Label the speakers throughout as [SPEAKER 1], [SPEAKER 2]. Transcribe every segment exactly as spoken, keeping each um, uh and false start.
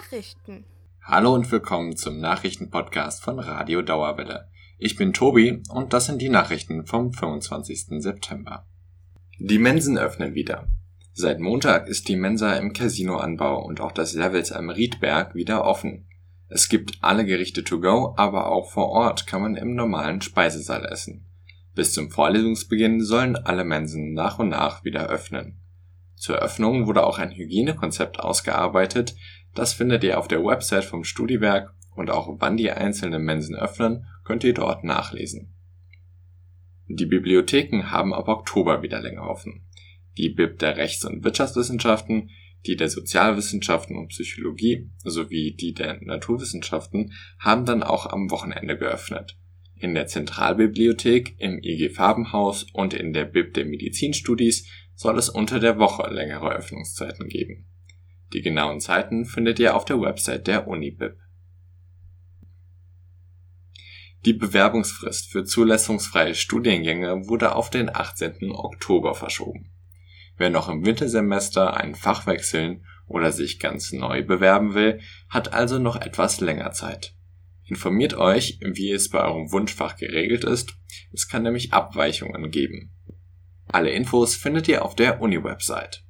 [SPEAKER 1] Nachrichten.
[SPEAKER 2] Hallo und willkommen zum Nachrichtenpodcast von Radio Dauerwelle. Ich bin Tobi und das sind die Nachrichten vom fünfundzwanzigsten September. Die Mensen öffnen wieder. Seit Montag ist die Mensa im Casinoanbau und auch das Levels am Riedberg wieder offen. Es gibt alle Gerichte to go, aber auch vor Ort kann man im normalen Speisesaal essen. Bis zum Vorlesungsbeginn sollen alle Mensen nach und nach wieder öffnen. Zur Öffnung wurde auch ein Hygienekonzept ausgearbeitet. Das findet ihr auf der Website vom Studiwerk und auch wann die einzelnen Mensen öffnen, könnt ihr dort nachlesen. Die Bibliotheken haben ab Oktober wieder länger offen. Die Bib der Rechts- und Wirtschaftswissenschaften, die der Sozialwissenschaften und Psychologie sowie die der Naturwissenschaften haben dann auch am Wochenende geöffnet. In der Zentralbibliothek, im I G Farbenhaus und in der Bib der Medizinstudis soll es unter der Woche längere Öffnungszeiten geben. Die genauen Zeiten findet ihr auf der Website der Uni-Bib. Die Bewerbungsfrist für zulassungsfreie Studiengänge wurde auf den achtzehnten Oktober verschoben. Wer noch im Wintersemester ein Fach wechseln oder sich ganz neu bewerben will, hat also noch etwas länger Zeit. Informiert euch, wie es bei eurem Wunschfach geregelt ist, es kann nämlich Abweichungen geben. Alle Infos findet ihr auf der Uni-Website.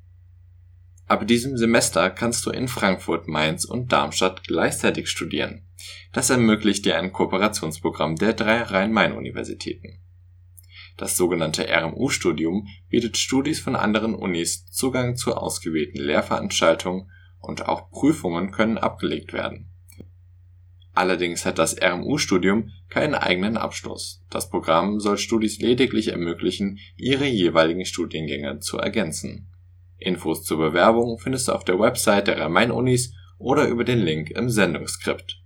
[SPEAKER 2] Ab diesem Semester kannst du in Frankfurt, Mainz und Darmstadt gleichzeitig studieren. Das ermöglicht dir ein Kooperationsprogramm der drei Rhein-Main-Universitäten. Das sogenannte R M U-Studium bietet Studis von anderen Unis Zugang zu ausgewählten Lehrveranstaltungen und auch Prüfungen können abgelegt werden. Allerdings hat das R M U-Studium keinen eigenen Abschluss. Das Programm soll Studis lediglich ermöglichen, ihre jeweiligen Studiengänge zu ergänzen. Infos zur Bewerbung findest du auf der Website der Rhein-Main-Unis oder über den Link im Sendungsskript.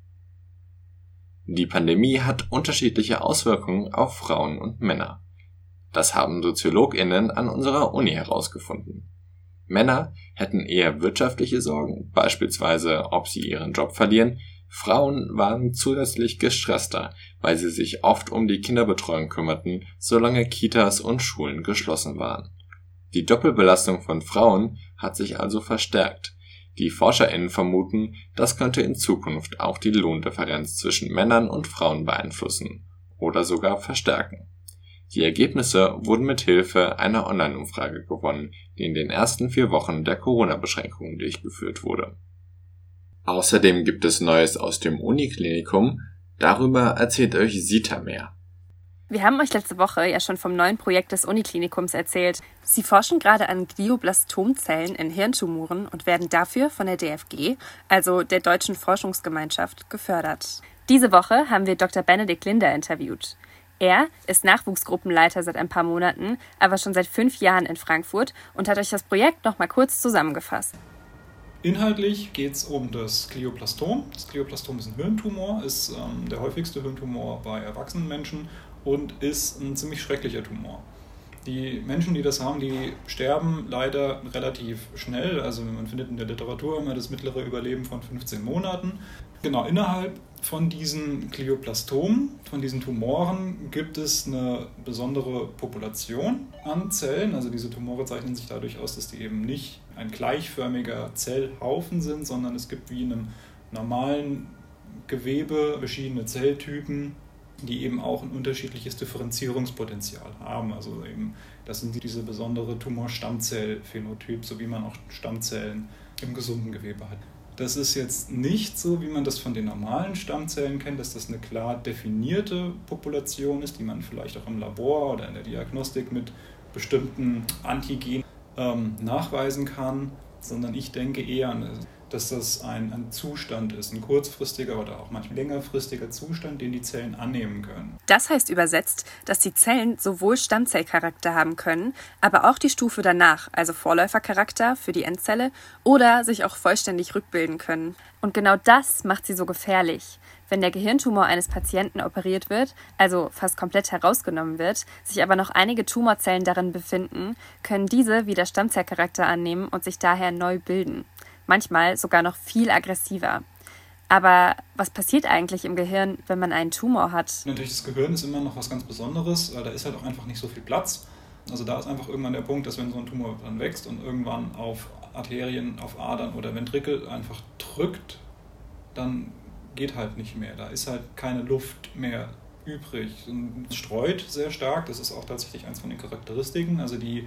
[SPEAKER 2] Die Pandemie hat unterschiedliche Auswirkungen auf Frauen und Männer. Das haben SoziologInnen an unserer Uni herausgefunden. Männer hätten eher wirtschaftliche Sorgen, beispielsweise ob sie ihren Job verlieren. Frauen waren zusätzlich gestresster, weil sie sich oft um die Kinderbetreuung kümmerten, solange Kitas und Schulen geschlossen waren. Die Doppelbelastung von Frauen hat sich also verstärkt. Die ForscherInnen vermuten, das könnte in Zukunft auch die Lohndifferenz zwischen Männern und Frauen beeinflussen oder sogar verstärken. Die Ergebnisse wurden mit Hilfe einer Online-Umfrage gewonnen, die in den ersten vier Wochen der Corona-Beschränkungen durchgeführt wurde. Außerdem gibt es Neues aus dem Uniklinikum. Darüber erzählt euch Sita mehr.
[SPEAKER 3] Wir haben euch letzte Woche ja schon vom neuen Projekt des Uniklinikums erzählt. Sie forschen gerade an Glioblastomzellen in Hirntumoren und werden dafür von der D F G, also der Deutschen Forschungsgemeinschaft, gefördert. Diese Woche haben wir Doktor Benedikt Linder interviewt. Er ist Nachwuchsgruppenleiter seit ein paar Monaten, aber schon seit fünf Jahren in Frankfurt und hat euch das Projekt noch mal kurz zusammengefasst.
[SPEAKER 4] Inhaltlich geht es um das Glioblastom. Das Glioblastom ist ein Hirntumor, ist ähm, der häufigste Hirntumor bei erwachsenen Menschen und ist ein ziemlich schrecklicher Tumor. Die Menschen, die das haben, die sterben leider relativ schnell. Also man findet in der Literatur immer das mittlere Überleben von fünfzehn Monaten. Genau, innerhalb von diesen Glioblastomen, von diesen Tumoren, gibt es eine besondere Population an Zellen. Also diese Tumore zeichnen sich dadurch aus, dass die eben nicht ein gleichförmiger Zellhaufen sind, sondern es gibt wie in einem normalen Gewebe verschiedene Zelltypen, die eben auch ein unterschiedliches Differenzierungspotenzial haben. Also eben, das sind diese besondere Tumorstammzellphänotyp, so wie man auch Stammzellen im gesunden Gewebe hat. Das ist jetzt nicht so, wie man das von den normalen Stammzellen kennt, dass das eine klar definierte Population ist, die man vielleicht auch im Labor oder in der Diagnostik mit bestimmten Antigenen ähm, nachweisen kann, sondern ich denke eher an, dass das ein, ein Zustand ist, ein kurzfristiger oder auch manchmal längerfristiger Zustand, den die Zellen annehmen können.
[SPEAKER 3] Das heißt übersetzt, dass die Zellen sowohl Stammzellcharakter haben können, aber auch die Stufe danach, also Vorläufercharakter für die Endzelle, oder sich auch vollständig rückbilden können. Und genau das macht sie so gefährlich. Wenn der Gehirntumor eines Patienten operiert wird, also fast komplett herausgenommen wird, sich aber noch einige Tumorzellen darin befinden, können diese wieder Stammzellcharakter annehmen und sich daher neu bilden. Manchmal sogar noch viel aggressiver. Aber was passiert eigentlich im Gehirn, wenn man einen Tumor hat?
[SPEAKER 4] Natürlich, das Gehirn ist immer noch was ganz Besonderes, weil da ist halt auch einfach nicht so viel Platz. Also da ist einfach irgendwann der Punkt, dass wenn so ein Tumor dann wächst und irgendwann auf Arterien auf Adern oder Ventrikel einfach drückt, dann geht halt nicht mehr. Da ist halt keine Luft mehr übrig. Es streut sehr stark, das ist auch tatsächlich eins von den Charakteristiken. Also die,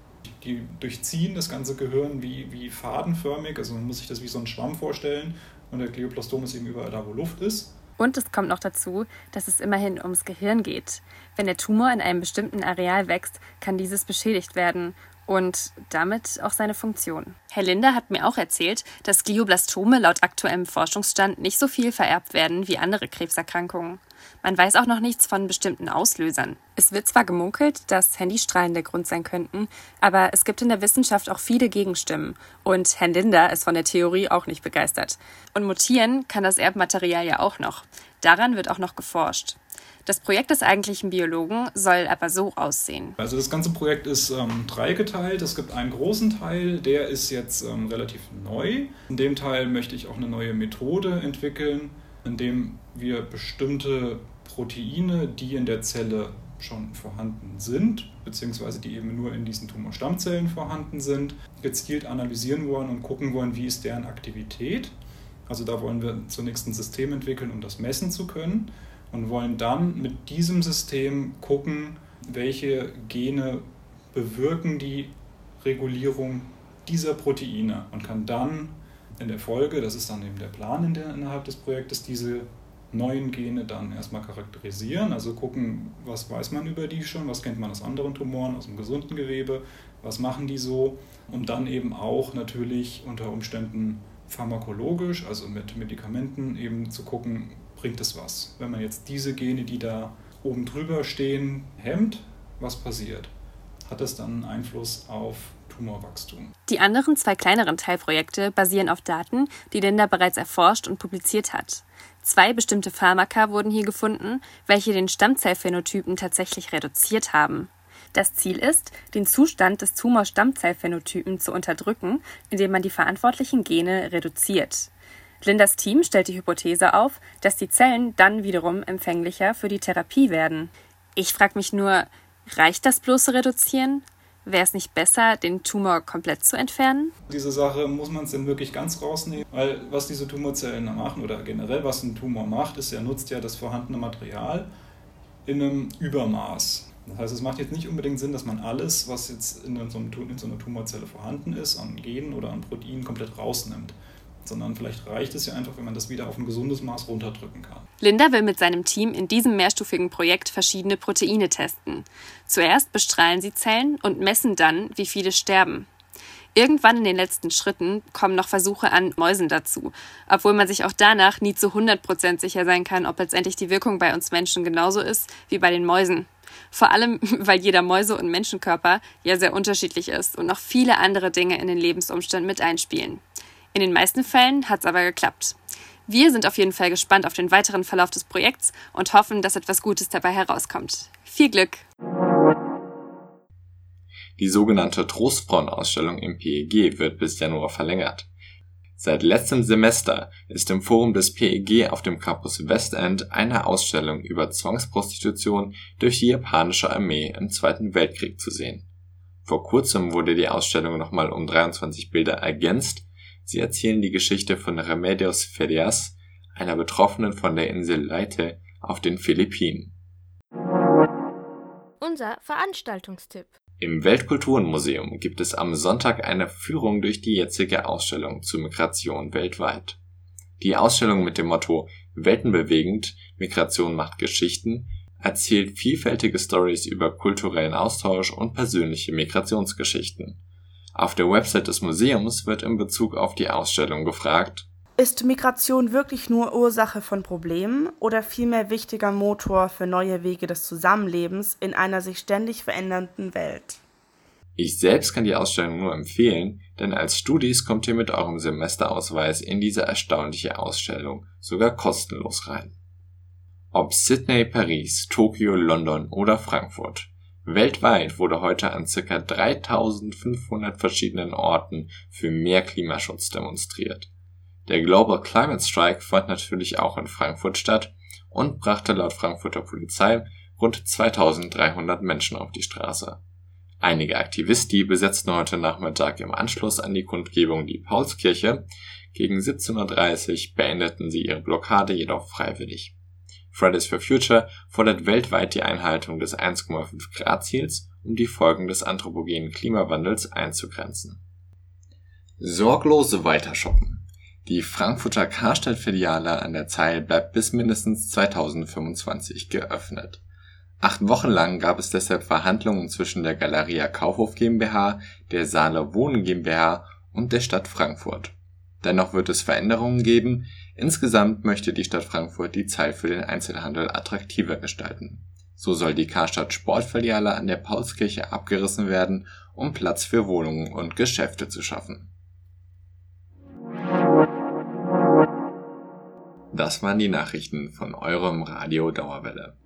[SPEAKER 4] die durchziehen das ganze Gehirn wie, wie fadenförmig, also man muss sich das wie so ein Schwamm vorstellen und der Glioblastom ist eben überall da, wo Luft ist.
[SPEAKER 3] Und es kommt noch dazu, dass es immerhin ums Gehirn geht. Wenn der Tumor in einem bestimmten Areal wächst, kann dieses beschädigt werden und damit auch seine Funktion. Herr Linder hat mir auch erzählt, dass Glioblastome laut aktuellem Forschungsstand nicht so viel vererbt werden wie andere Krebserkrankungen. Man weiß auch noch nichts von bestimmten Auslösern. Es wird zwar gemunkelt, dass Handystrahlen der Grund sein könnten, aber es gibt in der Wissenschaft auch viele Gegenstimmen. Und Herr Linder ist von der Theorie auch nicht begeistert. Und mutieren kann das Erbmaterial ja auch noch. Daran wird auch noch geforscht. Das Projekt des eigentlichen Biologen soll aber so aussehen.
[SPEAKER 4] Also das ganze Projekt ist ähm, dreigeteilt. Es gibt einen großen Teil, der ist jetzt ähm, relativ neu. In dem Teil möchte ich auch eine neue Methode entwickeln, in dem wir bestimmte Proteine, die in der Zelle schon vorhanden sind, beziehungsweise die eben nur in diesen Tumorstammzellen vorhanden sind, gezielt analysieren wollen und gucken wollen, wie ist deren Aktivität. Also da wollen wir zunächst ein System entwickeln, um das messen zu können. Und wollen dann mit diesem System gucken, welche Gene bewirken die Regulierung dieser Proteine und kann dann in der Folge, das ist dann eben der Plan in der, innerhalb des Projektes, diese neuen Gene dann erstmal charakterisieren, also gucken, was weiß man über die schon, was kennt man aus anderen Tumoren, aus dem gesunden Gewebe, was machen die so, und dann eben auch natürlich unter Umständen pharmakologisch, also mit Medikamenten eben zu gucken, bringt es was. Wenn man jetzt diese Gene, die da oben drüber stehen, hemmt, was passiert? Hat das dann einen Einfluss auf Tumorwachstum?
[SPEAKER 3] Die anderen zwei kleineren Teilprojekte basieren auf Daten, die Linder bereits erforscht und publiziert hat. Zwei bestimmte Pharmaka wurden hier gefunden, welche den Stammzellphänotypen tatsächlich reduziert haben. Das Ziel ist, den Zustand des Tumorstammzellphänotypen zu unterdrücken, indem man die verantwortlichen Gene reduziert. Linders Team stellt die Hypothese auf, dass die Zellen dann wiederum empfänglicher für die Therapie werden. Ich frage mich nur, reicht das bloße Reduzieren? Wäre es nicht besser, den Tumor komplett zu entfernen?
[SPEAKER 4] Diese Sache, muss man es denn wirklich ganz rausnehmen? Weil was diese Tumorzellen machen oder generell was ein Tumor macht, ist, er nutzt ja das vorhandene Material in einem Übermaß. Das heißt, es macht jetzt nicht unbedingt Sinn, dass man alles, was jetzt in so, einem, in so einer Tumorzelle vorhanden ist, an Genen oder an Proteinen komplett rausnimmt. Sondern vielleicht reicht es ja einfach, wenn man das wieder auf ein gesundes Maß runterdrücken kann.
[SPEAKER 3] Linder will mit seinem Team in diesem mehrstufigen Projekt verschiedene Proteine testen. Zuerst bestrahlen sie Zellen und messen dann, wie viele sterben. Irgendwann in den letzten Schritten kommen noch Versuche an Mäusen dazu, obwohl man sich auch danach nie zu hundert Prozent sicher sein kann, ob letztendlich die Wirkung bei uns Menschen genauso ist wie bei den Mäusen. Vor allem, weil jeder Mäuse- und Menschenkörper ja sehr unterschiedlich ist und noch viele andere Dinge in den Lebensumständen mit einspielen. In den meisten Fällen hat es aber geklappt. Wir sind auf jeden Fall gespannt auf den weiteren Verlauf des Projekts und hoffen, dass etwas Gutes dabei herauskommt. Viel Glück!
[SPEAKER 2] Die sogenannte Trostfrauen-Ausstellung im P E G wird bis Januar verlängert. Seit letztem Semester ist im Forum des P E G auf dem Campus Westend eine Ausstellung über Zwangsprostitution durch die japanische Armee im Zweiten Weltkrieg zu sehen. Vor kurzem wurde die Ausstellung nochmal um dreiundzwanzig Bilder ergänzt. Sie erzählen die Geschichte von Remedios Ferias, einer Betroffenen von der Insel Leyte auf den Philippinen.
[SPEAKER 1] Unser Veranstaltungstipp.
[SPEAKER 2] Im Weltkulturenmuseum gibt es am Sonntag eine Führung durch die jetzige Ausstellung zur Migration weltweit. Die Ausstellung mit dem Motto Weltenbewegend, Migration macht Geschichten erzählt vielfältige Storys über kulturellen Austausch und persönliche Migrationsgeschichten. Auf der Website des Museums wird in Bezug auf die Ausstellung gefragt:
[SPEAKER 5] Ist Migration wirklich nur Ursache von Problemen oder vielmehr wichtiger Motor für neue Wege des Zusammenlebens in einer sich ständig verändernden Welt?
[SPEAKER 2] Ich selbst kann die Ausstellung nur empfehlen, denn als Studis kommt ihr mit eurem Semesterausweis in diese erstaunliche Ausstellung sogar kostenlos rein. Ob Sydney, Paris, Tokio, London oder Frankfurt. Weltweit wurde heute an ca. dreitausendfünfhundert verschiedenen Orten für mehr Klimaschutz demonstriert. Der Global Climate Strike fand natürlich auch in Frankfurt statt und brachte laut Frankfurter Polizei rund zweitausenddreihundert Menschen auf die Straße. Einige Aktivisti besetzten heute Nachmittag im Anschluss an die Kundgebung die Paulskirche. Gegen siebzehn Uhr dreißig beendeten sie ihre Blockade jedoch freiwillig. Fridays for Future fordert weltweit die Einhaltung des eins Komma fünf Grad Ziels, um die Folgen des anthropogenen Klimawandels einzugrenzen. Sorglos weitershoppen. Die Frankfurter Karstadt-Filiale an der Zeil bleibt bis mindestens zweitausendfünfundzwanzig geöffnet. Acht Wochen lang gab es deshalb Verhandlungen zwischen der Galeria Kaufhof GmbH, der Saale Wohnen GmbH und der Stadt Frankfurt. Dennoch wird es Veränderungen geben. Insgesamt möchte die Stadt Frankfurt die Zeil für den Einzelhandel attraktiver gestalten. So soll die Karstadt Sportfiliale an der Paulskirche abgerissen werden, um Platz für Wohnungen und Geschäfte zu schaffen. Das waren die Nachrichten von eurem Radio Dauerwelle.